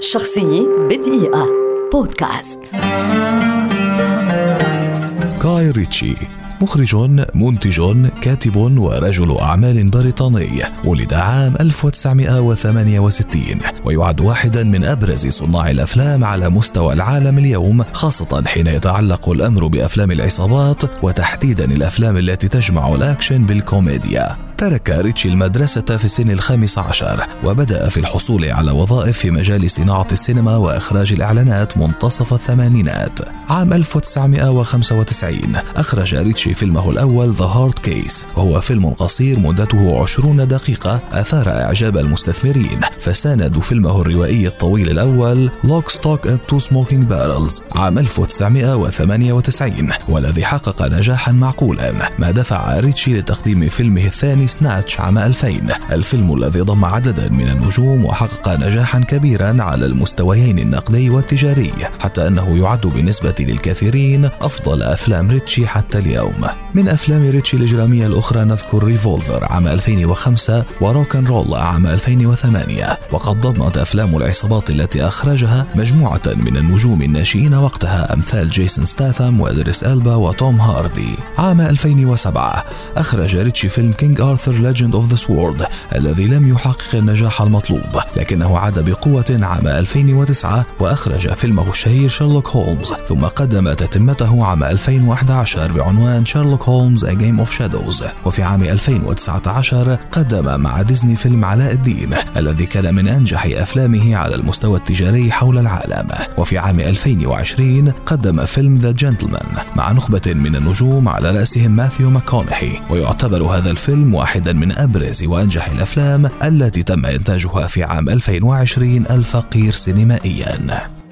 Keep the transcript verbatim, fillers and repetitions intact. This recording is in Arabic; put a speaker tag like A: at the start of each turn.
A: شخصية بدقيقة بودكاست.
B: غاي ريتشي مخرج، منتج، كاتب ورجل أعمال بريطاني، ولد عام ألف وتسعمائة وثمانية وستين ويعد واحدا من أبرز صناع الأفلام على مستوى العالم اليوم، خاصة حين يتعلق الأمر بأفلام العصابات وتحديدا الأفلام التي تجمع الأكشن بالكوميديا. ترك ريتشي المدرسة في سن الخامس عشر وبدأ في الحصول على وظائف في مجال صناعة السينما وإخراج الإعلانات منتصف الثمانينات. عام ألف وتسعمائة وخمسة وتسعين أخرج ريتشي فيلمه الأول The Hard Case، وهو فيلم قصير مدته عشرين دقيقة أثار إعجاب المستثمرين، فساندوا فيلمه الروائي الطويل الأول Lock, Stock and Two Smoking Barrels عام ألف وتسعمائة وثمانية وتسعين، والذي حقق نجاحا معقولا، ما دفع ريتشي لتقديم فيلمه الثاني سناتش عام ألفين، الفيلم الذي ضم عددا من النجوم وحقق نجاحا كبيرا على المستويين النقدي والتجاري، حتى أنه يعد بالنسبة للكثيرين أفضل أفلام ريتشي حتى اليوم. من أفلام ريتشي الإجرامية الأخرى نذكر ريفولفر عام ألفين وخمسة وروك أند رول عام ألفين وثمانية، وقد ضمت أفلام العصابات التي أخرجها مجموعة من النجوم الناشئين وقتها أمثال جيسون ستاثام وإدريس ألبا وتوم هاردي. عام ألفين وسبعة أخرج ريتشي فيلم كينج آرثر ليجند أوف ذا سوورد الذي لم يحقق النجاح المطلوب، لكنه عاد بقوة عام ألفين وتسعة وأخرج فيلمه الشهير شيرلوك هولمز، ثم قدم تتمته عام ألفين وأحد عشر بعنوان شيرلوك هولمز A Game of Shadows. وفي عام ألفين وتسعة عشر قدم مع ديزني فيلم علاء الدين الذي كان من أنجح أفلامه على المستوى التجاري حول العالم. وفي عام ألفين وعشرين قدم فيلم ذا جنتلمان مع نخبة من النجوم على رأسهم ماثيو ماكونهي، ويعتبر هذا الفيلم واحدا من أبرز وأنجح الأفلام التي تم إنتاجها في عام ألفين وعشرين الفقير سينمائيا.